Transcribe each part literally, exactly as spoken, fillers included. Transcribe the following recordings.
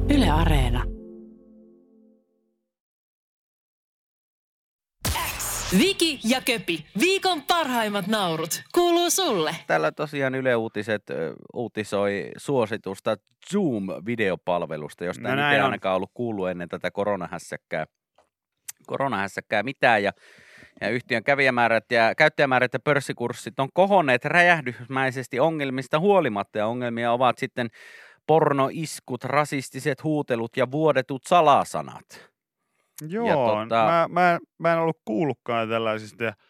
Yle Areena. Viki ja Köpi, viikon parhaimmat naurut, kuuluu sulle. Täällä tosiaan Yle Uutiset ö, uutisoi suositusta Zoom-videopalvelusta, josta No en näin itse on. ainakaan ollut kuullut ennen tätä koronahässäkkää, koronahässäkkää mitään. Ja, ja yhtiön kävijämäärät ja käyttäjämäärät ja pörssikurssit on kohonneet räjähdysmäisesti ongelmista huolimatta. Ja ongelmia ovat sitten pornoiskut, rasistiset huutelut ja vuodetut salasanat. Joo, Ja tota- mä, mä, mä en ollut kuullutkaan tällaisista äh,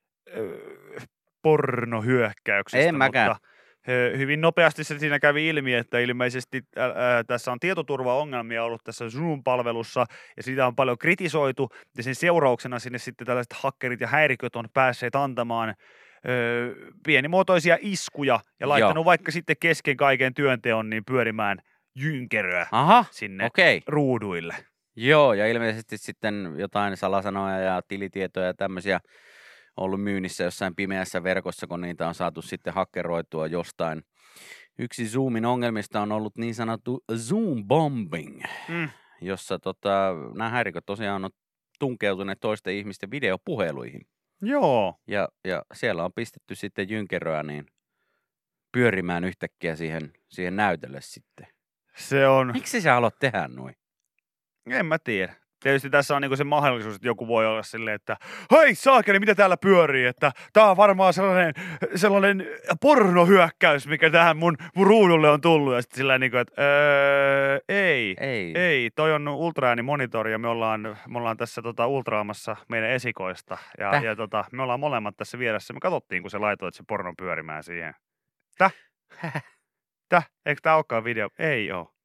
pornohyökkäyksistä, En mäkään. mutta ö, hyvin nopeasti se siinä kävi ilmi, että ilmeisesti ää, ää, tässä on tietoturvaongelmia ollut tässä Zoom-palvelussa, ja sitä on paljon kritisoitu, ja sen seurauksena sinne sitten tällaiset hakkerit ja häiriköt on päässeet antamaan ö, pienimuotoisia iskuja, ja laittanut Joo. vaikka sitten kesken kaiken työnteon niin pyörimään jynkeröä Aha, sinne okei. ruuduille. Joo, ja ilmeisesti sitten jotain salasanoja ja tilitietoja ja tämmöisiä ollut myynnissä jossain pimeässä verkossa, kun niitä on saatu sitten hakkeroitua jostain. Yksi Zoomin ongelmista on ollut niin sanottu Zoom bombing, Mm. jossa tota, nämä häiriköt tosiaan on tunkeutuneet toisten ihmisten videopuheluihin. Joo. Ja, ja siellä on pistetty sitten jynkeröä niin pyörimään yhtäkkiä siihen, siihen näytölle sitten. Se on, Miksi sä haluat tehdä noin? en mä tiedä. Tietysti tässä on niinku se mahdollisuus, että joku voi olla silleen, että hei saakeli, mitä täällä pyörii, että tää on varmaan sellainen, sellainen pornohyökkäys, mikä tähän mun, mun ruudulle on tullut. Ja sitten sillä niinku, että öö, ei, Ei. ei, toi on ultraäänimonitori ja me ollaan, me ollaan tässä tota, ultraamassa meidän esikoista. Ja, Täh? ja tota, me ollaan molemmat tässä vieressä. Me katsottiin, kun se laitoit se porno pyörimään siihen. Täh? Täh? Eikö tää olekaan video? Ei oo.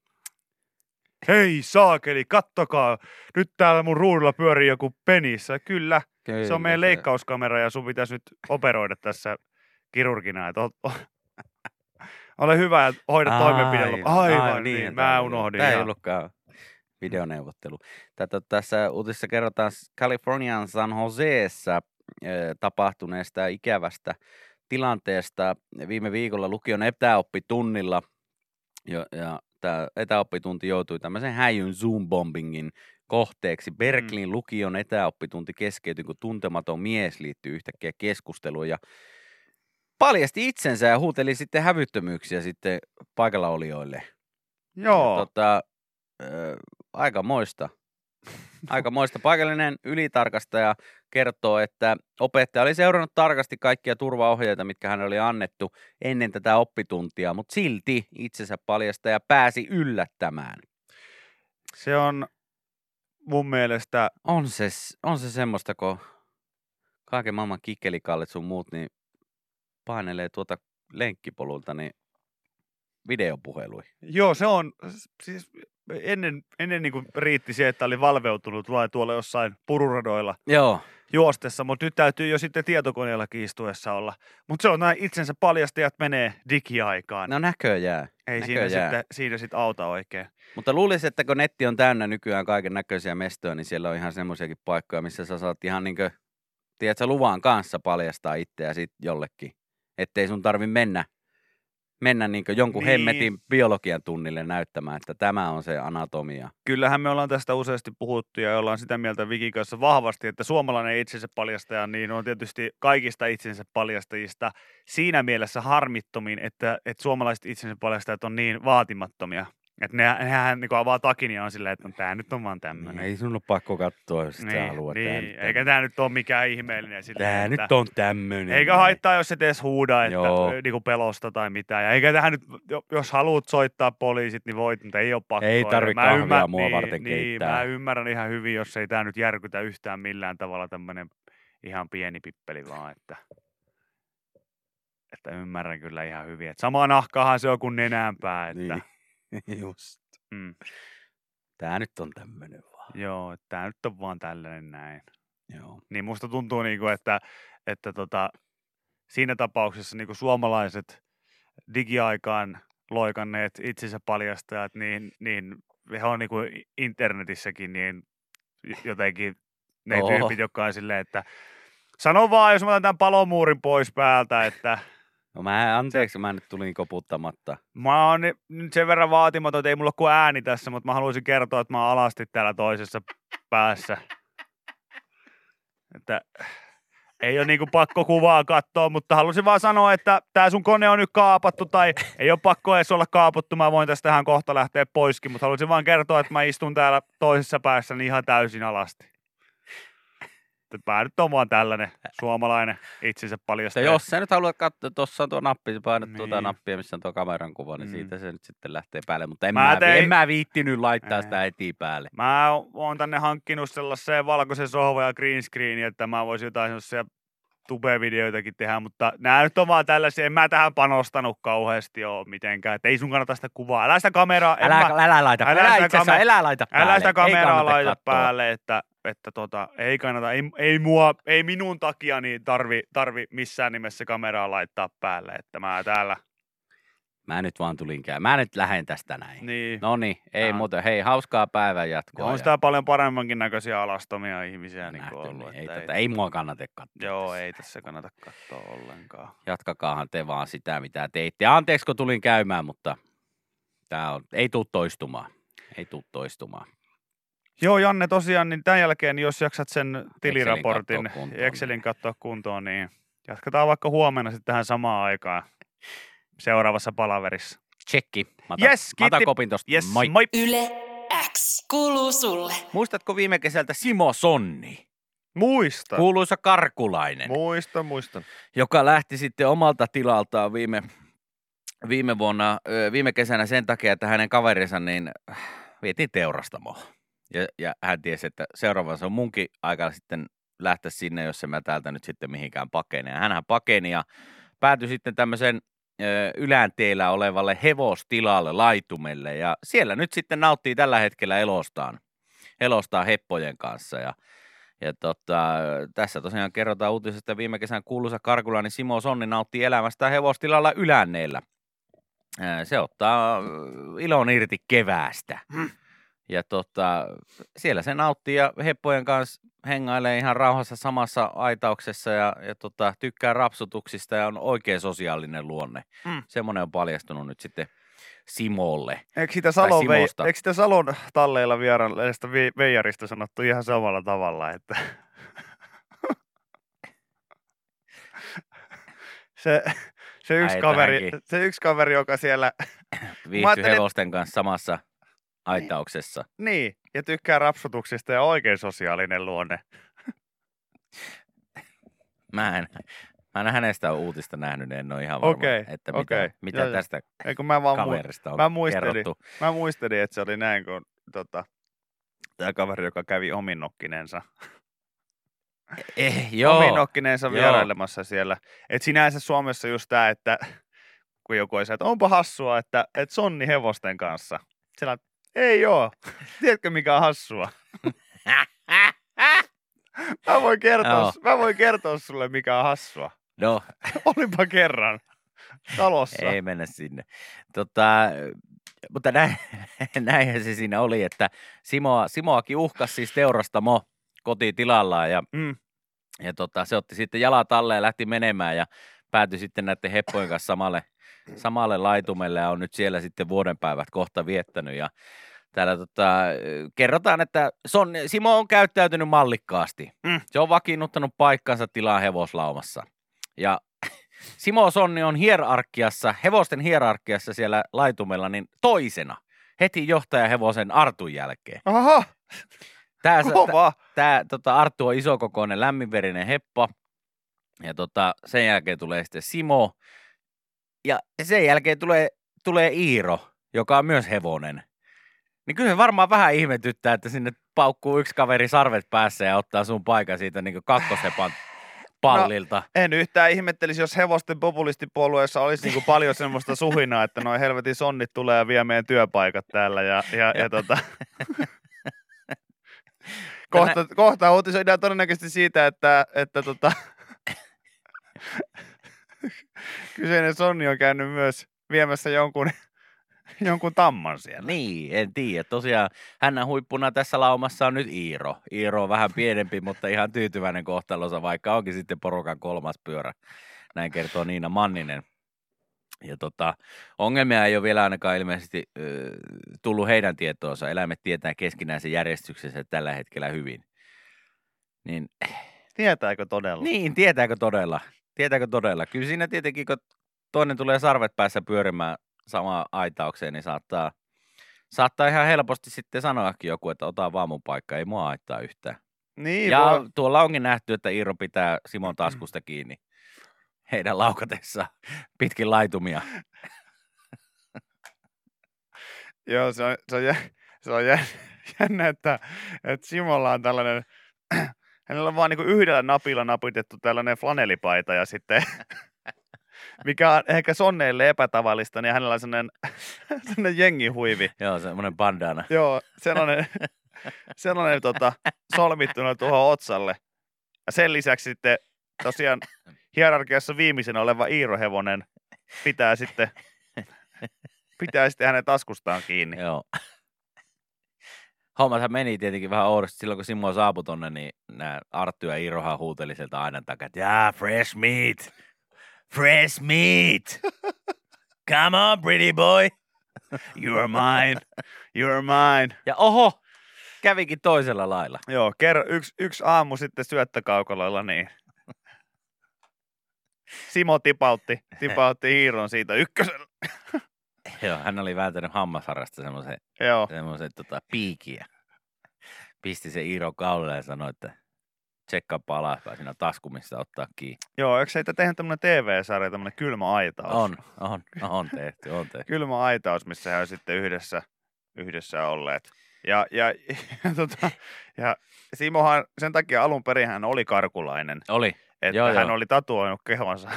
Hei saakeli, kattokaa, nyt täällä mun ruudulla pyörii joku penissä. Kyllä, Kyllä se on meidän se- leikkauskamera ja sun pitäisi nyt operoida tässä kirurgina. Että ol- o- ole hyvä ja hoida toimenpide loppuun. Aivan niin, tää mä oli. unohdin. Tää ei ihan. ollutkaan videoneuvottelu. Tätä, tässä uutisessa kerrotaan Kalifornian San Joseessa eh, tapahtuneesta ikävästä tilanteesta viime viikolla lukion etäoppitunnilla. Ja, ja tämä etäoppitunti joutui tämmöisen häijyn Zoom-bombingin kohteeksi. Berkeleyn lukion etäoppitunti keskeytyi, kun tuntematon mies liittyi yhtäkkiä keskusteluun ja paljasti itsensä ja huuteli sitten hävyttömyyksiä sitten paikalla olijoille. Joo, Ja, tota, ö, aika moista. Aika moista. Paikallinen ylitarkastaja kertoo, että opettaja oli seurannut tarkasti kaikkia turvaohjeita, mitkä hän oli annettu ennen tätä oppituntia, mutta silti itsensä paljastaja pääsi yllättämään. se on mun mielestä, On se, on se semmoista, kun kaiken maailman kikkelikallit sun muut niin painelee tuota lenkkipolulta niin videopuheluihin. joo se on, siis ennen, ennen niin kuin riitti se, että oli valveutunut vai tuolla jossain pururadoilla Joo. juostessa, mutta nyt täytyy jo sitten tietokoneella kiistuessa olla. Mutta se on näin itsensä paljastajat menee digiaikaan. No näköjään. Ei siinä näköjään. sitten, siinä sitten auta oikein. Mutta luulisin, että kun netti on täynnä nykyään kaiken näköisiä mestoja, niin siellä on ihan semmoisiakin paikkoja, missä sä saat ihan niinkö, tiedätkö, luvan kanssa paljastaa itseä sit jollekin. Ettei sun tarvi mennä, mennä niinkö jonkun Niin. hemmetin biologian tunnille näyttämään, että tämä on se anatomia. Kyllähän me ollaan tästä useasti puhuttu ja ollaan sitä mieltä Vikin kanssa vahvasti, että suomalainen itsensä paljastaja niin on tietysti kaikista itsensä paljastajista siinä mielessä harmittomin, että, että suomalaiset itsensä paljastajat on niin vaatimattomia. Että ne, nehän niin avaa takin ja on silleen, että no, tämä nyt on vaan tämmöinen. Ei sun ole pakko katsoa, jos niin, sä haluat. niin. Tää nyt Eikä tämä nyt ole mikään ihmeellinen. Silleen, Tää että, nyt on tämmönen. eikä haittaa, jos et edes huuda, että Joo. niinku pelosta tai mitään. Ja eikä tähän nyt, jos haluat soittaa poliisit, niin voit, mutta ei ole pakko. Ei tarvi Mä kahvia ymmär- mua niin, varten niin, keittää. mä ymmärrän ihan hyvin, jos ei tämä nyt järkytä yhtään millään tavalla tämmöinen ihan pieni pippeli vaan, että, että ymmärrän kyllä ihan hyvin. Että sama nahkahan se on kuin nenänpää. Että, Niin. Just. mm, Tää nyt on tämmönen vaan. joo, että tämä nyt on vaan tällainen näin. Joo. Niin musta tuntuu, niinku, että, että tota, siinä tapauksessa niinku suomalaiset digiaikaan loikanneet itsensä paljastajat, niin, niin he on niinku internetissäkin niin jotenkin ne Oho. tyypit, jotka on silleen, että sano vaan, jos mä otan tämän palomuurin pois päältä, että No mä anteeksi, mä nyt tulin koputtamatta. Mä oon nyt sen verran vaatimaton, että ei mulla ole kuin ääni tässä, mutta mä haluaisin kertoa, että mä oon alasti täällä toisessa päässä. Että ei ole niinku pakko kuvaa katsoa, mutta halusin vaan sanoa, että tää sun kone on nyt kaapattu, tai ei ole pakko edes olla kaapattu, mä voin tästä tähän kohta lähteä poiskin, mutta halusin vaan kertoa, että mä istun täällä toisessa päässä niin ihan täysin alasti. Mä nyt on vaan tällainen suomalainen itsensä paljastaja. Jos sä nyt haluat katsoa, tuossa on tuo nappi, sä painat Niin. tuota nappia, missä on tuo kameran kuva, niin Mm. siitä se nyt sitten lähtee päälle. Mutta en Mä mä, tein- en mä viittinyt laittaa Ei. sitä heti päälle. Mä oon tänne hankkinut sellaisen valkoisen sohvan ja green screenin, että mä voisin jotain sellaisia tube-videoitakin tehdä, mutta nää nyt on vaan tällaisia, en mä tähän panostanut kauheasti oo mitenkään, että ei sun kannata sitä kuvaa. Älä sitä kameraa, en Älä, mä, älä laita, älä älä, sitä itse asiassa, kame- älä laita päälle. älä sitä Ei kameraa kannata laita katsoa. päälle, että, että tota, ei kannata, ei, ei, mua, ei minun takia niin tarvi, tarvi missään nimessä kameraa laittaa päälle, että mä täällä, Mä nyt vaan tulin käy. Mä nyt lähden tästä näin. niin, No niin, ei Jaa. muuta. Hei, hauskaa päivän jatkoa. on ja sitä paljon paremmankin näköisiä alastomia ihmisiä niin nähty, kuin ollut. niin ei, että tätä, ei mua kannata katsoa. Joo, tässä. ei tässä kannata katsoa ollenkaan. Jatkakaahan te vaan sitä, mitä teitte. Anteeksi, kun tulin käymään, mutta tää on, ei tuu toistumaan. Ei tuu toistumaan. Joo, Janne, tosiaan, niin tämän jälkeen, niin jos jaksat sen tiliraportin, katsoa kuntoon, Excelin niin. katsoa kuntoon, niin jatketaan vaikka huomenna sitten tähän samaan aikaan seuraavassa palaverissa. Tsekki. Mä otan, Yes, mä otan kiitti. kopin tosta. Yes, Moi. moi! Yle X kuuluu sulle. Muistatko viime kesältä Simo Sonni? Muista. Kuuluisa karkulainen, Muistan, muistan. joka lähti sitten omalta tilaltaan viime, viime vuonna, ö, viime kesänä sen takia, että hänen kaverinsa niin äh, vietiin teurastamoon. Ja, ja hän tiesi, että seuraavansa on munkin aika sitten lähteä sinne, jos en mä täältä nyt sitten mihinkään pakene. Ja hänhän pakeni ja päätyi sitten tämmöisen ö, Ylänteellä olevalle hevostilalle, laitumelle. Ja siellä nyt sitten nauttii tällä hetkellä elostaan, elostaan heppojen kanssa. Ja Ja tota, tässä tosiaan kerrotaan uutisesta, että viime kesän kuuluisa karkulainen Simo Sonni nauttii elämästään hevostilalla Ylänneellä. Ää, Se ottaa ilon irti keväästä. Hmm. Ja tota, siellä se nauttii ja heppojen kanssa hengailee ihan rauhassa samassa aitauksessa ja, ja tota, tykkää rapsutuksista ja on oikein sosiaalinen luonne. Hmm. Semmoinen on paljastunut nyt sitten Simolle. Eikö sitä Salon, vei, Simosta. eikö sitä Salon talleilla vierailleesta vi- veijarista sanottu ihan samalla tavalla, että se, se, yksi Ai, kaveri, tähänkin. se yksi kaveri, joka siellä, Viihtyy ajattelin- hevosten kanssa samassa aitauksessa. niin, ja tykkää rapsutuksista ja oikein sosiaalinen luonne. Mä en, mä en hänestä ole uutista nähnyt, niin en ole ihan varma, Okei, että mitä, okei. mitä Joo, joo. tästä Eikö mä vaan mu- kaverista on mä muistelin. kerrottu. Mä muistelin, että se oli näin, kun tota, tämä kaveri, joka kävi ominnokkinensa, Eh, joo, ominnokkinensa joo. vierailemassa siellä. Et sinänsä Suomessa just tämä, että kun joku ei saa, että onpa hassua, että et sonni hevosten kanssa. Siellä ei oo. Tiedätkö mikä on hassua? Mä voin kertoa, Joo. mä voin kertoa sulle mikä on hassua. No, Olipa kerran talossa. ei mennä sinne. Tota, mutta näin, näinhän se siinä oli, että Simoa, Simoakin uhkasi siis teurastamo kotitilallaan ja, Mm. ja tota, se otti sitten jalat alle ja lähti menemään ja päätyi sitten näiden heppojen kanssa samalle, samalle laitumelle ja on nyt siellä sitten vuodenpäivät kohta viettänyt ja täällä tota, kerrotaan, että Son, Simo on käyttäytynyt mallikkaasti. Mm. Se on vakiinnuttanut paikkansa tilaa hevoslaumassa. Ja Simo Sonni on hierarkiassa, hevosten hierarkiassa siellä laitumella, niin toisena, heti johtajahevosen Artun jälkeen. Aha, Tää, kova. Tämä tota, Arttu on isokokoinen, lämminverinen heppa. Ja tota, sen jälkeen tulee sitten Simo. Ja sen jälkeen tulee, tulee Iiro, joka on myös hevonen. Niin kyllä se varmaan vähän ihmetyttää, että sinne paukkuu yksi kaveri sarvet päässä ja ottaa sun paikan siitä niin kakkoshepan pallilta. En yhtään ihmettelisi, jos hevosten populistipuolueessa olisi niin kuin paljon semmoista suhinaa, että noin helvetin sonnit tulee ja vie meidän työpaikat täällä. Ja, ja, ja tota... kohta, kohta uutisoidaan todennäköisesti siitä, että, että tota... kyseinen sonni on käynyt myös viemässä jonkun, jonkun tamman siellä. Niin, en tiedä. Tosiaan hännän huippuna tässä laumassa on nyt Iiro. Iiro on vähän pienempi, mutta ihan tyytyväinen kohtalonsa, vaikka onkin sitten porukan kolmas pyörä. Näin kertoo Niina Manninen. Ja tota, ongelmia ei ole vielä ainakaan ilmeisesti ö, tullut heidän tietoonsa. Eläimet tietää keskinäisen järjestyksessä tällä hetkellä hyvin. Niin, Tietääkö todella? niin, tietääkö todella? Tietääkö todella? Kyllä siinä tietenkin, kun toinen tulee sarvet päässä pyörimään samaan aitaukseen, niin saattaa, saattaa ihan helposti sitten sanoakin joku, että ota vaan mun paikka, ei mua haittaa yhtään. Niin, Ja voi... tuolla onkin nähty, että Iiro pitää Simon taskusta kiinni heidän laukatessaan pitkin laitumia. Joo, se on, se on, jä, se on jä, jännä, että, että Simolla on tällainen, hänellä on vaan niin kuin yhdellä napilla napitettu tällainen flanelipaita ja sitten, mikä on ehkä sonneille epätavallista, niin hänellä on sellainen, sellainen jengihuivi. Joo, semmoinen bandana. Joo, sellainen, sellainen tota, solmittuna tuohon otsalle. Ja sen lisäksi sitten tosiaan hierarkiassa viimeisenä oleva Iiro-hevonen pitää sitten, pitää sitten hänen taskustaan kiinni. Joo. Hommathan meni tietenkin vähän oudosti. Silloin kun Simo saapui tonne, niin nämä Arttu ja Iirohan huuteli sieltä aina takaa, että jaa, fresh meat, fresh meat. Come on, pretty boy. You're mine, you're mine. Ja oho, kävikin toisella lailla. Joo, kerro, yksi, yksi aamu sitten syöttökaukaloilla, niin Simo tipautti, tipautti Iiron siitä ykkösellä. Joo, hän oli vääntänyt hammasharrasta semmoisen, Joo. semmoisen tota, piikiä. Pisti se Iiro kaulalle ja sanoi, että tsekkaapa alaspäin siinä tasku, missä ottaa kiinni. Joo, eikö heitä tehnyt tämmöinen T V-sarja, tämmöinen Kylmä aitaus? On, on, on tehty, on tehty. Kylmä aitaus, missä he on sitten yhdessä, yhdessä olleet. Ja, ja, ja, tota, ja Simohan sen takia alun perin hän oli karkulainen. Oli. Että Joo, hän joo. oli tatuoinut kehonsa.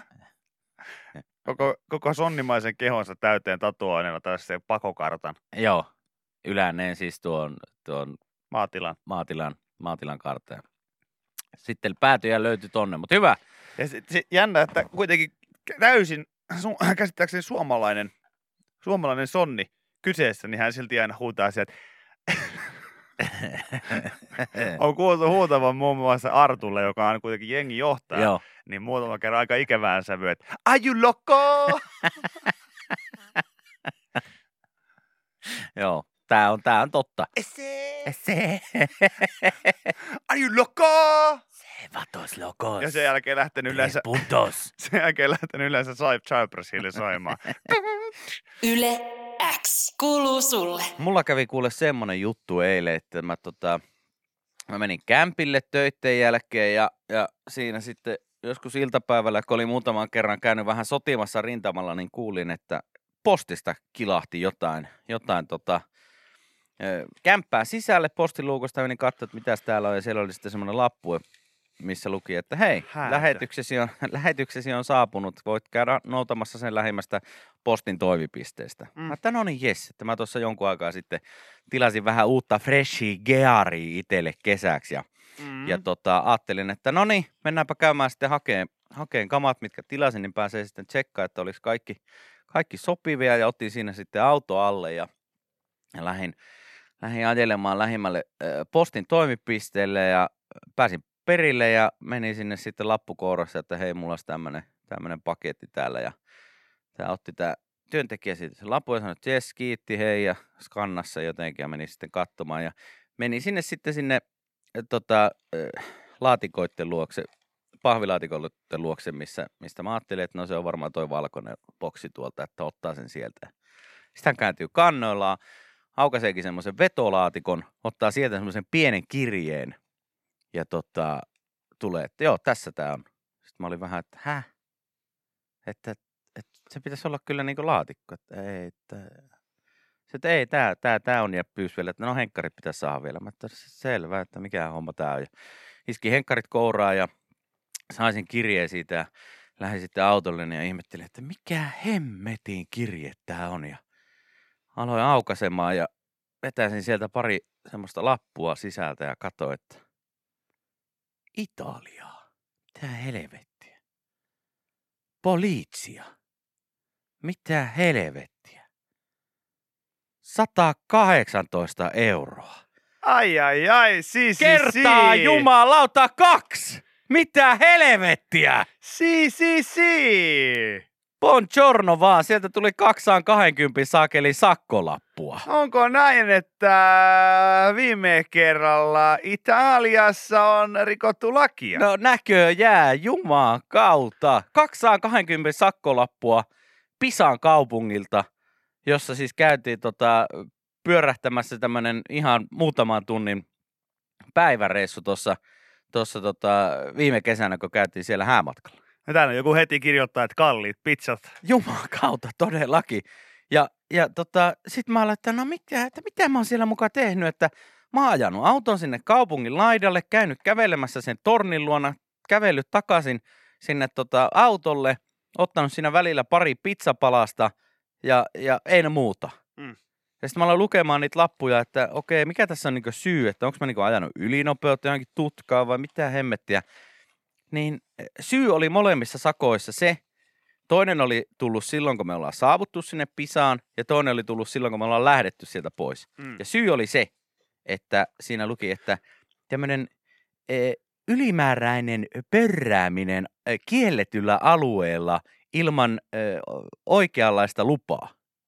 Koko, koko sonnimaisen kehonsa täyteen tatuoineella tällaisen pakokartan Joo, ylänneen siis tuon, tuon maatilan. maatilan, maatilan karteen. Sitten päätyjä löytyi tonne, mutta hyvä. Ja se, se jännä, että kuitenkin täysin su, käsittääkseni suomalainen, suomalainen sonni kyseessä, niin hän silti aina huutaa sieltä. On kuultu huutavan muun muassa Artulle, joka on kuitenkin jengi johtaja, Joo. niin muutama kerran aika ikävään sävyyn, että are you loco? Joo, tää on, tää on totta. Ese, Se, are you loco? se vatos lokos. Ja sen jälkeen lähtenyt yleensä, Puntos. sen jälkeen lähtenyt yleensä Saif Cypress Hillin soimaan. Yle X kuuluu sulle. Mulla kävi kuule semmonen juttu eilen, että mä, tota, mä menin kämpille töitten jälkeen ja, ja siinä sitten joskus iltapäivällä, kun olin muutaman kerran käynyt vähän sotimassa rintamalla, niin kuulin, että postista kilahti jotain, jotain tota, ö, kämppää sisälle postiluukosta, menin katsoa, että mitäs täällä on, ja siellä oli sitten semmoinen lappu, missä luki, että hei, Häätö. lähetyksesi on, lähetyksesi on saapunut, voit käydä noutamassa sen lähimmästä postin toimipisteestä. Mm. Mä että no niin jes, että mä tuossa jonkun aikaa sitten tilasin vähän uutta freshia gearia itselle kesäksi, ja, Mm. ja tota, ajattelin, että no niin, mennäänpä käymään sitten hakeen, hakeen kamat, mitkä tilasin, niin pääsee sitten tsekkaan, että olisi kaikki, kaikki sopivia, ja otin siinä sitten auto alle, ja, ja lähdin, lähdin ajelemaan lähimmälle äh, postin toimipisteelle, ja pääsin perille ja menin sinne sitten lappukourassa, että hei, mulla olisi tämmönen, tämmönen paketti täällä, ja tää otti tää työntekijä siitä sen lapun ja sanoi, että jes, kiitti, hei, ja skannassa jotenkin, ja meni sitten katsomaan, ja meni sinne sitten sinne äh, tota, äh, laatikoitten luokse, pahvilaatikoitten luokse, missä, mistä mä ajattelin, että no se on varmaan toi valkoinen boksi tuolta, että ottaa sen sieltä. Sitten hän kääntyy kannoillaan, aukaiseekin semmoisen vetolaatikon, ottaa sieltä semmoisen pienen kirjeen, ja tota, tulee, että joo, tässä tää on. Sitten mä olin vähän, että häh? Että, että se pitäisi olla kyllä niinku laatikko. Että ei, että... Se, että ei, tää, tää, tää on, ja pyysi vielä, että no henkkarit pitäisi saada vielä. Mä että selvä, että mikä homma tää on. Ja iski henkkarit kouraan ja sain sen kirjeen siitä ja lähdin sitten autolle ja ihmettelin, että mikä hemmetin kirje tää on. Ja aloin aukaisemaan ja vetäisin sieltä pari semmoista lappua sisältä ja katsoin, että Italiaa. Mitä helvettiä? Polizia. Mitä helvettiä? sata kahdeksantoista euroa. Ai ai ai, si si Kertaa si. jumalauta kaksi! Mitä helvettiä? Si si si. Buongiorno vaan, sieltä tuli kaksaan kahdenkympin saakeli sakkolappua. Onko näin, että viime kerralla Italiassa on rikottu lakia? No näköjää, juman kautta. kaksaan kahdenkympin sakkolappua Pisan kaupungilta, jossa siis käytiin tota, pyörähtämässä tämmönen ihan muutaman tunnin päiväreissu tuossa tossa, tota, viime kesänä, kun käytiin siellä häämatkalla. No täällä joku heti kirjoittaa, että kalliit pizzat. Juman kautta, todellakin. Ja, ja tota, sit mä aloin, että no mitä, että mitä mä oon siellä mukaan tehnyt, että mä oon ajanut auton sinne kaupungin laidalle, käynyt kävelemässä sen tornin luona, kävellyt takaisin sinne tota, autolle, ottanut siinä välillä pari pizzapalasta ja, ja ei muuta. Mm. Ja sitten mä aloin lukemaan niitä lappuja, että okei, mikä tässä on niinku syy, että onko mä niinku ajanut ylinopeutta johonkin tutkaa vai mitä hemmettiä. Niin syy oli molemmissa sakoissa se, toinen oli tullut silloin, kun me ollaan saavuttu sinne Pisaan, ja toinen oli tullut silloin, kun me ollaan lähdetty sieltä pois. Mm. Ja syy oli se, että siinä luki, että tämmöinen e, ylimääräinen pörrääminen e, kielletyllä alueella ilman e, oikeanlaista lupaa.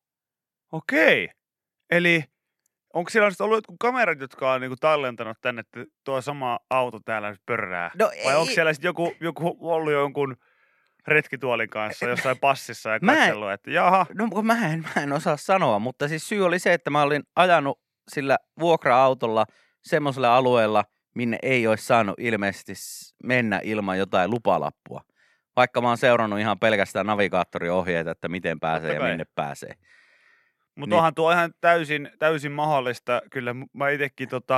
Okei. Eli onko siellä sitten ollut jotkut kamerat, jotka on niinku tallentanut tänne, että tuo sama auto täällä nyt pörrää? No Vai ei- onko siellä sitten joku, joku ollut jonkun retkituolin kanssa jossain passissa ja Mä en- katsellut, että jaha, No kun mä en, mä en osaa sanoa, mutta siis syy oli se, että mä olin ajanut sillä vuokra-autolla semmoisella alueella, minne ei olisi saanut ilmeisesti s- mennä ilman jotain lupalappua. Vaikka mä oon seurannut ihan pelkästään navigaattoriohjeita, että miten pääsee Totta ja kai. minne pääsee. mutta Niin. onhan tuo ihan täysin, täysin mahdollista. Kyllä mä itsekin tota,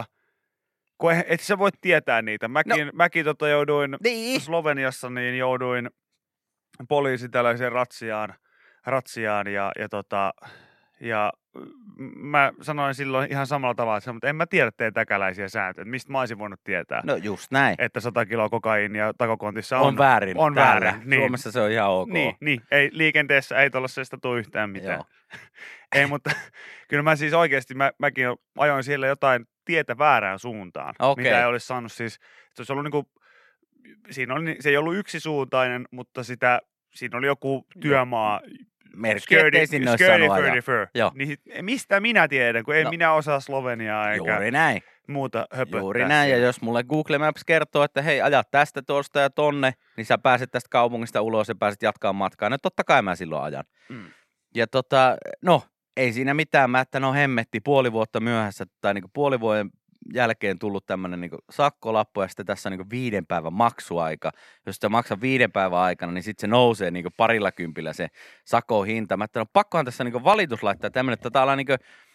kun et, et sä voit tietää niitä. Mäkin, no. mäkin tota jouduin Niin. Sloveniassa, niin jouduin poliisi tällaiseen ratsiaan, ratsiaan ja, ja, tota, ja m- mä sanoin silloin ihan samalla tavalla, että mutta en mä tiedä teidän täkäläisiä sääntöjä, mistä mä olisin voinut tietää, No just näin. että sata kiloa kokaiinia takokontissa on, On väärin on täällä. väärin, niin. Suomessa se on ihan ok. Niin, niin, ei, liikenteessä ei tuollaisesta tule yhtään mitään. Joo. Ei, mutta kyllä mä siis oikeasti, mä, mäkin ajoin siellä jotain tietä väärään suuntaan, Okei. mitä ei olisi saanut siis, se olisi ollut niinku, siinä oli, se ei ollut yksisuuntainen, mutta sitä, siinä oli joku työmaa, Merkki, ettei sinne olisi saanut ajaa. Skirdy-furdy-fur. Joo. Niin mistä minä tiedän, kun en No. minä osaa Sloveniaa eikä Juuri näin. muuta höpöttää. Juuri näin, ja siellä. jos mulle Google Maps kertoo, että hei, aja tästä, tuosta ja tonne, niin sä pääset tästä kaupungista ulos ja pääset jatkamaan matkaa. No totta kai mä silloin ajan. Mm. Ja tota, no, ei siinä mitään, mä että no hemmetti puoli vuotta myöhässä, tai niinku puoli vuoden jälkeen tullut tämmönen niinku sakkolappu, ja sitten tässä on niinku viiden päivän maksuaika. Jos sitä maksaa viiden päivän aikana, niin sitten se nousee niinku parilla kympillä se sakon hinta. Mä että no pakkohan tässä niinku valitus laittaa tämmönen, että tää ollaan niinku,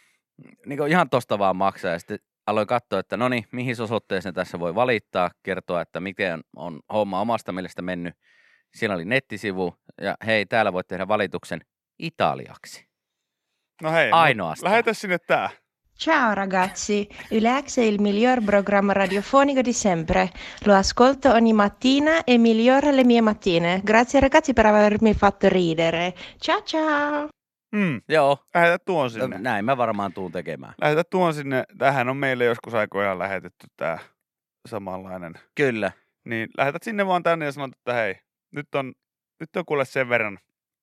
niinku ihan tosta vaan maksaa, ja sitten aloin katsoa, että no niin, mihin osoitteeseen tässä voi valittaa, kertoa, että miten on homma omasta mielestä mennyt. Siellä oli nettisivu, ja hei, täällä voit tehdä valituksen italiaksi. No hei, Ainoastaan. lähetä sinne tää. Ciao ragazzi, Ylex è il miglior programma radiofonico di sempre. Lo ascolto ogni mattina e migliora le mie mattine. Grazie ragazzi per avermi fatto ridere. Ciao ciao! Mm. Joo, Lähetä tuon sinne. näin mä varmaan tuun tekemään. Lähetä tuon sinne. Tähän on meille joskus aikoinaan lähetetty tää samanlainen. Kyllä. Niin lähetät sinne vaan tänne ja sanot, että hei, nyt on, nyt on kuule sen verran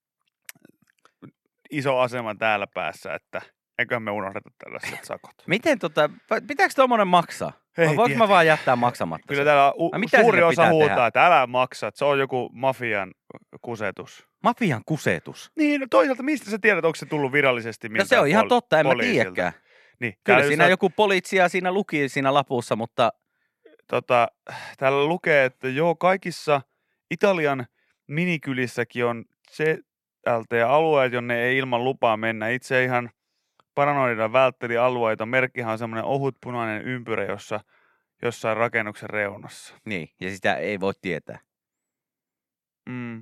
iso asema täällä päässä, että eiköhän me unohdeta tällaiset sakot. Miten tota, pitääkö tommonen maksaa? Ei Vai voinko mä tiedä. vaan jättää maksamatta? Kyllä sen? täällä u- Ai mitä suuri sille osa pitää huutaa, tehdä? että älä maksa, että se on joku mafian kusetus. Mafian kusetus. Niin, no toisaalta mistä sä tiedät, onko se tullut virallisesti No miltään se on ihan pol- totta, en mä poliisilta? tiedäkään. Niin, Kyllä täällä siinä just- joku poliitsia siinä luki siinä lapussa, mutta tota, täällä lukee, että joo, kaikissa Italian minikylissäkin on C L T-alueet, jonne ei ilman lupaa mennä. Itse ihan paranoidina vältteli alueita. Merkkihan on semmoinen ohut punainen ympyrä, jossa jossain rakennuksen reunassa. niin, ja sitä ei voi tietää. Mm.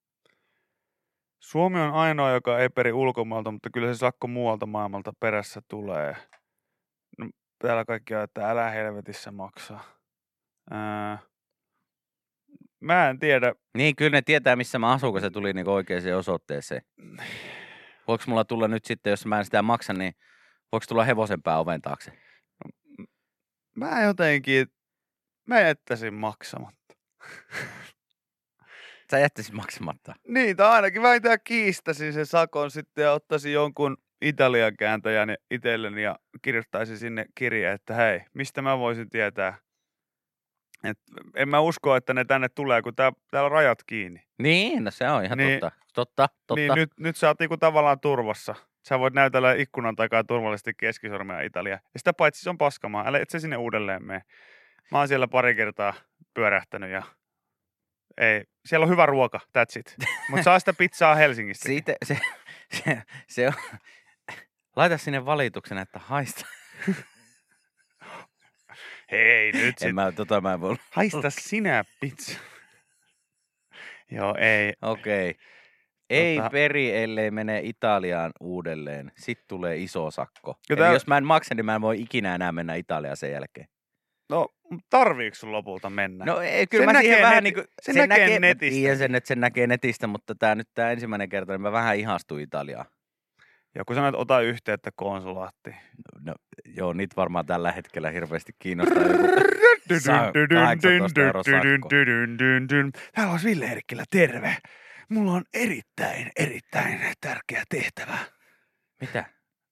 Suomi on ainoa, joka ei peri ulkomailta, mutta kyllä se sakko muualta maailmalta perässä tulee. No, täällä kaikki on, että älä helvetissä maksaa. Ää, mä en tiedä. Niin, kyllä ne tietää, missä mä asun, kun se tuli niinku oikeaan osoitteeseen. Voiko mulla tulla nyt sitten, jos mä en sitä maksa, niin voiko tulla hevosen pää oven taakse? Mä jotenkin, mä jättäisin maksamatta. Sä jättäisit maksamatta. Niin, tai ainakin vähintään kiistäisin sen sakon sitten ja ottaisin jonkun Italian kääntäjän itselleni ja kirjoittaisin sinne kirjeen, että hei, mistä mä voisin tietää. Et en mä usko, että ne tänne tulee, kun tää, täällä on rajat kiinni. Niin, no se on ihan Niin- totta. Totta, totta. Niin nyt, nyt sä oot niinku tavallaan turvassa. Sä voit näytellä ikkunan takaa turvallisesti keskisormea Italia. Ja sitä paitsi se on paskamaa. Älä et se sinne uudelleen mene. Mä oon siellä pari kertaa pyörähtänyt ja ei. Siellä on hyvä ruoka, that's it. Mutta saa sitä pizzaa Helsingistä. Siitä, se, se, se on... Laita sinne valituksen, että haista. Hei nyt sit. En mä, tota mä en voi. Haista sinä pizza. Joo, ei. Okei. Okay. Ei Tota- peri, ellei mene Italiaan uudelleen. Sitten tulee iso sakko. Ja Eli tää- jos mä en maksa, niin mä en voi ikinä enää mennä Italiaan sen jälkeen. No, tarviiko sun lopulta mennä? No ei, kyllä Sen mä siihen näkee vähän net- niin kuin... sen näkee netistä. Tiedän sen, että sen näkee netistä, mutta tää nyt tää ensimmäinen kerta, niin mä vähän ihastuin Italiaan. Joku sanoo, että ota yhteyttä konsulaattiin. No joo, niitä varmaan tällä hetkellä hirveästi kiinnostaa joku Saa kahdeksantoista euroa sakko. Täällä olisi Ville Erkkilä, terve. Mulla on erittäin, erittäin tärkeä tehtävä. Mitä?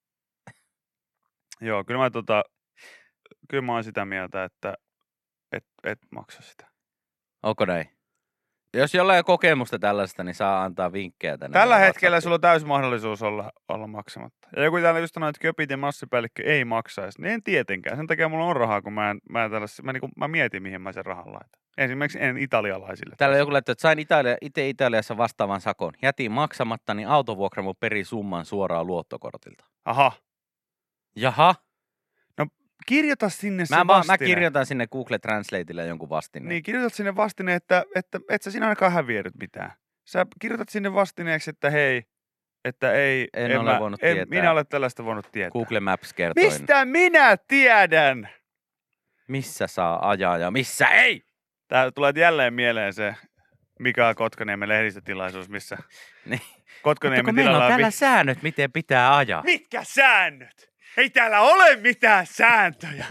Joo, kyllä mä, tota, kyllä mä oon sitä mieltä, että et, et maksa sitä. Onko näin? Jos jollain on kokemusta tällaista, niin saa antaa vinkkejä tänne. Tällä meidän hetkellä WhatsAppiin. sulla on täysi mahdollisuus olla, olla maksamatta. Ja joku täällä just sanoi, että köpit ja massipäällikkö ei maksaisi. Niin en tietenkään. Sen takia mulla on rahaa, kun mä, en, mä, tällais, mä, niinku, mä mietin, mihin mä sen rahan laitan. Esimerkiksi en italialaisille. Täällä joku laittaa, että sain Italia, itse Italiassa vastaavan sakon. Jätin maksamatta, niin autovuokramo peri summan suoraan luottokortilta. Aha. Jaha. Kirjoita sinne se Mä, mä, mä vastine. kirjoitan sinne Google Translateille jonkun vastineen. Niin, kirjoitat sinne vastine, että, että et sä siinä ainakaan häviänyt mitään. Sä kirjoitat sinne vastineeksi, että hei, että ei, En ole mä, voinut en, tietää. minä olen tällaista voinut tietää. Google Maps kertoi, Mistä minä tiedän? missä saa ajaa ja missä ei. Tää tulee jälleen mieleen se Mika Kotkaniemen lehdistötilaisuus, missä Niin. Mutta Kotkaniemen kun meillä on tilalla täällä vi- säännöt, miten pitää ajaa. Mitkä säännöt? Ei täällä ole mitään sääntöjä.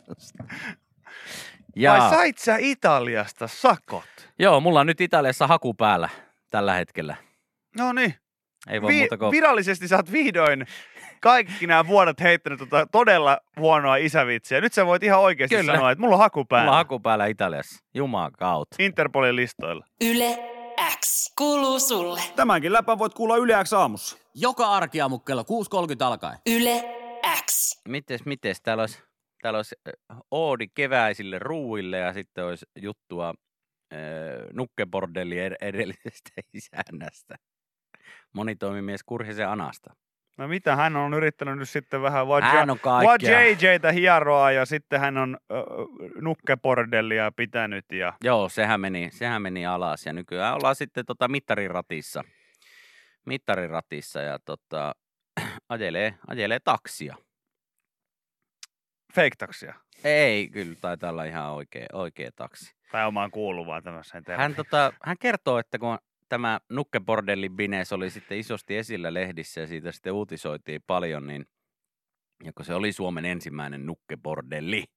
Ja, Vai sait sä Italiasta sakot? joo, mulla on nyt Italiassa haku päällä tällä hetkellä. No niin. Ei voi Vi- muuta kuin... virallisesti sä oot vihdoin kaikki nämä vuodet heittänyt tota todella huonoa isävitsiä. Nyt sä voit ihan oikeasti Kyllä. sanoa, että mulla on haku päällä. Mulla on haku päällä Italiassa. Juman kautta. Interpolin listoilla. Yle X kuuluu sulle. Tämänkin läpän voit kuulla Yle X aamussa. Joka arkiaamu kello kuusi kolmekymmentä alkaen. Yle X. Mites, mites? Täällä olisi, täällä olisi äh, oodi keväisille ruuille ja sitten olisi juttua äh, nukkebordelli ed- edellisestä isännästä. Monitoimimies Kurhisen Anasta. No mitä, hän on yrittänyt nyt sitten vähän vaan Hän on kaikkea. J J:tä hieroa ja sitten hän on äh, nukkebordellia pitänyt ja Joo, sehän meni, sehän meni alas ja nykyään ollaan sitten tota mittariratissa. Mittariratissa ja tota, ajelee, ajelee taksia. fake-taksia. Ei, kyllä taitaa olla ihan oikea, oikea taksi. Tai omaan kuuluvaan tämmöiseen termiin. Hän, tota, hän kertoo, että kun tämä nukkebordellin bines oli sitten isosti esillä lehdissä ja siitä sitten uutisoitiin paljon, niin ja kun se oli Suomen ensimmäinen nukkebordelli,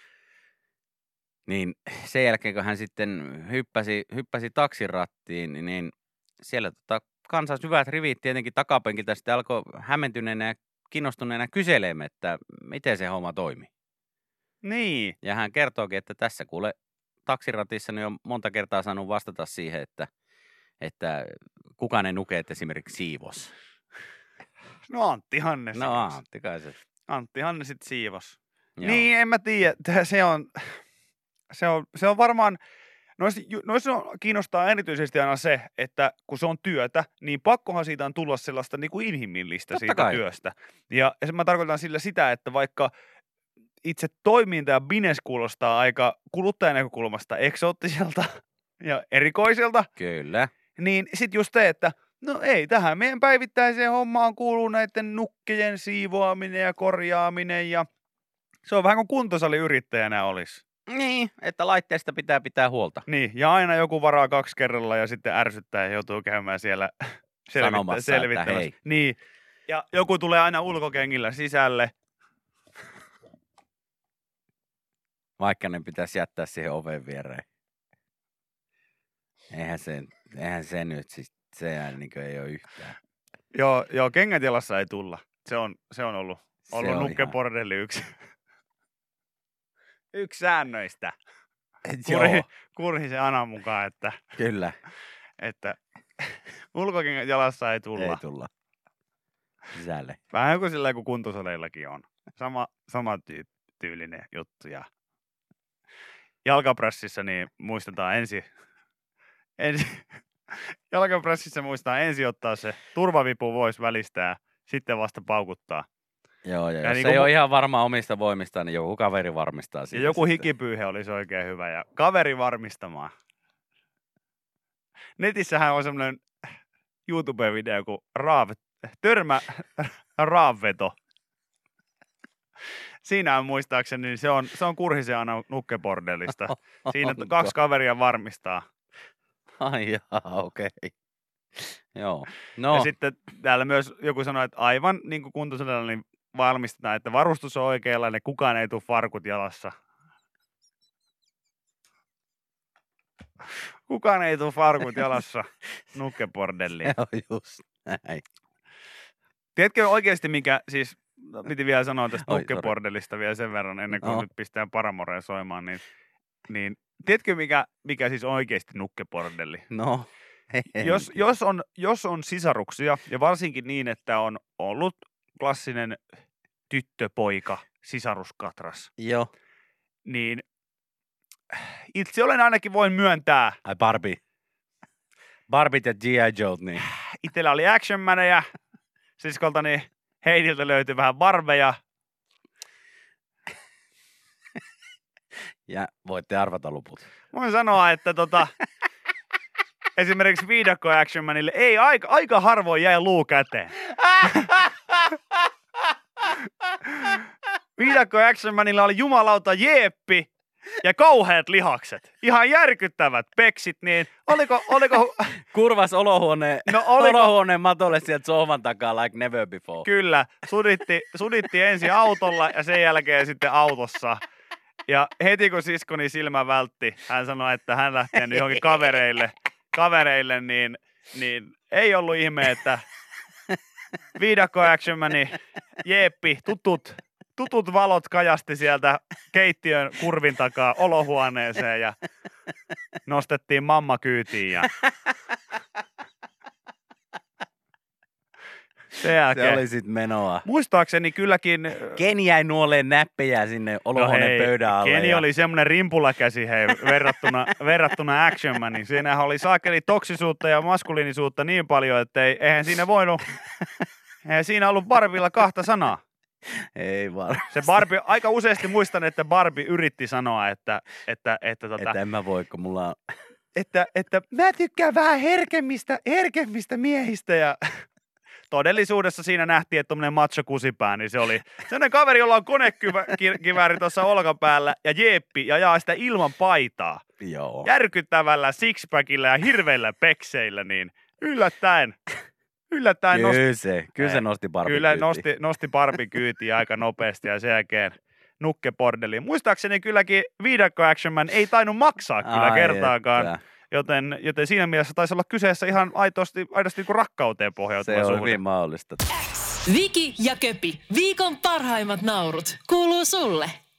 niin sen jälkeen kun hän sitten hyppäsi, hyppäsi taksirattiin, niin siellä tota, kansan syvät rivit tietenkin takapenkiltä sitten alkoi hämmentyneenä ja kiinnostuneena kyselemään, että miten se homma toimi. Niin. Ja hän kertookin, että tässä kuule taksiratissa niin on monta kertaa saanut vastata siihen, että, että kuka ne nukeet esimerkiksi siivos. No Antti Hannes. No Antti kai se. Antti Hannes sit siivos. Joo. Niin, en mä tiedä. Tää- Se on, se on, se on varmaan, noissa, ju- noissa on, kiinnostaa erityisesti aina se, että kun se on työtä, niin pakkohan siitä on tulla sellaista niin kuin inhimillistä Totta siitä kai. työstä. Ja, ja sen mä tarkoitan sillä sitä, että vaikka itse toiminta ja business kuulostaa aika kuluttajan näkökulmasta eksoottiselta ja erikoiselta, Kyllä. niin sit just se, että no ei, tähän meidän päivittäiseen hommaan kuuluu näiden nukkejen siivoaminen ja korjaaminen ja se on vähän kuin kuntosaliyrittäjänä olisi. Niin, että laitteesta pitää pitää huolta. Niin, ja aina joku varaa kaksi kerralla ja sitten ärsyttää ja joutuu käymään siellä Sanomassa, että selvittämässä. hei. Niin, ja joku tulee aina ulkokengillä sisälle. Vaikka ne pitäisi jättää siihen oven viereen. Eihän se, eihän se nyt siis, sehän niin ei ole yhtään. Joo, joo, kengät jalassa ei tulla. Se on, se on ollut, ollut on nukkebordelli yksi, yksi säännöistä. Joo, Kurhi, Kurhisen Anan mukaan, että, kyllä, että ulkokengät jalassa ei tulla. ei tulla sisälle. Vähän kuin sillä kun kuntosaleillakin on. Sama, sama tyy- tyylinen juttu. Ja jalkaprässissä niin muistetaan ensin, ensi, jalkaprässissä muistetaan ensin ottaa se turvavipu voisi välistää, sitten vasta paukuttaa. Joo, ja, Ja jos niin ei kuin ole mu- ihan varma omista voimistaan, niin joku kaveri varmistaa Ja siitä joku sitten. hikipyyhe olisi oikein hyvä ja kaveri varmistamaan. Netissähän on semmoinen YouTube-video kuin raave, törmä raavveto. Siinä on muistaakseni, niin se on, se on Kurhisen Anan nukkebordellista. Siinä Onko? kaksi kaveria varmistaa. Ai jaa, okei. Okay. Joo, no, Ja sitten täällä myös joku sanoi, että aivan niin kuin kuntosalilla niin valmistetaan, että varustus on oikeanlainen, kukaan ei tule farkut jalassa. Kukaan ei tule farkut jalassa nukkebordelliin. se on just näin. Tiedätkö oikeasti mikä, siis piti vielä sanoa tästä Oi, nukkebordellista vielä sen verran, ennen kuin No. nyt pistää Paramoreen soimaan, niin, niin tiedätkö mikä, mikä siis oikeasti nukkebordelli? No, Jos, jos, on, jos on sisaruksia, ja varsinkin niin, että on ollut klassinen tyttöpoika sisaruskatras, Joo, niin itse olen ainakin voin myöntää, ai Barbie. Barbie ja G I. Joe, niin. itsellä oli Action Maneja, siskoltani Heidiltä löytyi vähän barbeja, Ja voitte arvata loput. voin sanoa, että tota, esimerkiksi viidakko Action Manille ei aika, aika harvoin jäi luu käteen. Viidakko Action Manilla oli jumalauta jeeppi ja kauheat lihakset. Ihan järkyttävät peksit, niin oliko, oliko, Kurvas olohuoneen, no oliko, olohuoneen matolle sieltä sohvan takaa like never before. kyllä, suditti, suditti ensin autolla ja sen jälkeen sitten autossa. Ja heti kun siskoni silmä vältti, hän sanoi, että hän lähtee nyt johonkin kavereille, kavereille niin, niin ei ollut ihme, että viidakko Action Mani, jeeppi, tutut, tutut valot kajasti sieltä keittiön kurvin takaa olohuoneeseen ja nostettiin mamma kyytiin ja sen jälkeen. Se oli sit menoa. Muistaakseni kylläkin... Ken jäi nuoleen näppejä sinne olohuoneen hei, pöydän alle. Keni ja... oli semmoinen rimpulakäsi hei, verrattuna, verrattuna Action Maniin. Siinähän oli saakeli toksisuutta ja maskuliinisuutta niin paljon, että ei, eihän siinä voinut, eihän siinä ollut Barbilla kahta sanaa. Ei vaan. Se Barbie, aika useasti muistan, että Barbie yritti sanoa, että, että, että, tota, Että en mä voi, kun mulla on... että, että mä tykkään vähän herkemmistä, herkemmistä miehistä ja... Todellisuudessa siinä nähtiin, että tommonen macho kusipää, niin se oli sellainen kaveri, jolla on konekivääri tuossa olkapäällä ja jeeppi ja jaa sitä ilman paitaa. Joo. Järkyttävällä sixpackillä ja hirveillä pekseillä, niin yllättäen, yllättäen nosti, Kyllä se, kyllä se nosti Barbie kyllä kyytiin. nosti, nosti Barbie kyytiin aika nopeasti ja sen jälkeen nukkebordeliin. Muistaakseni kylläkin viidakko Action Man ei tainnut maksaa kyllä Ai kertaakaan. että. Joten, joten siinä mielessä taisi olla kyseessä ihan aidosti, aidosti niin rakkauteen pohjautuva Se on suhde. hyvin mahdollista. Viki ja Köpi, viikon parhaimmat naurut, kuuluu sulle.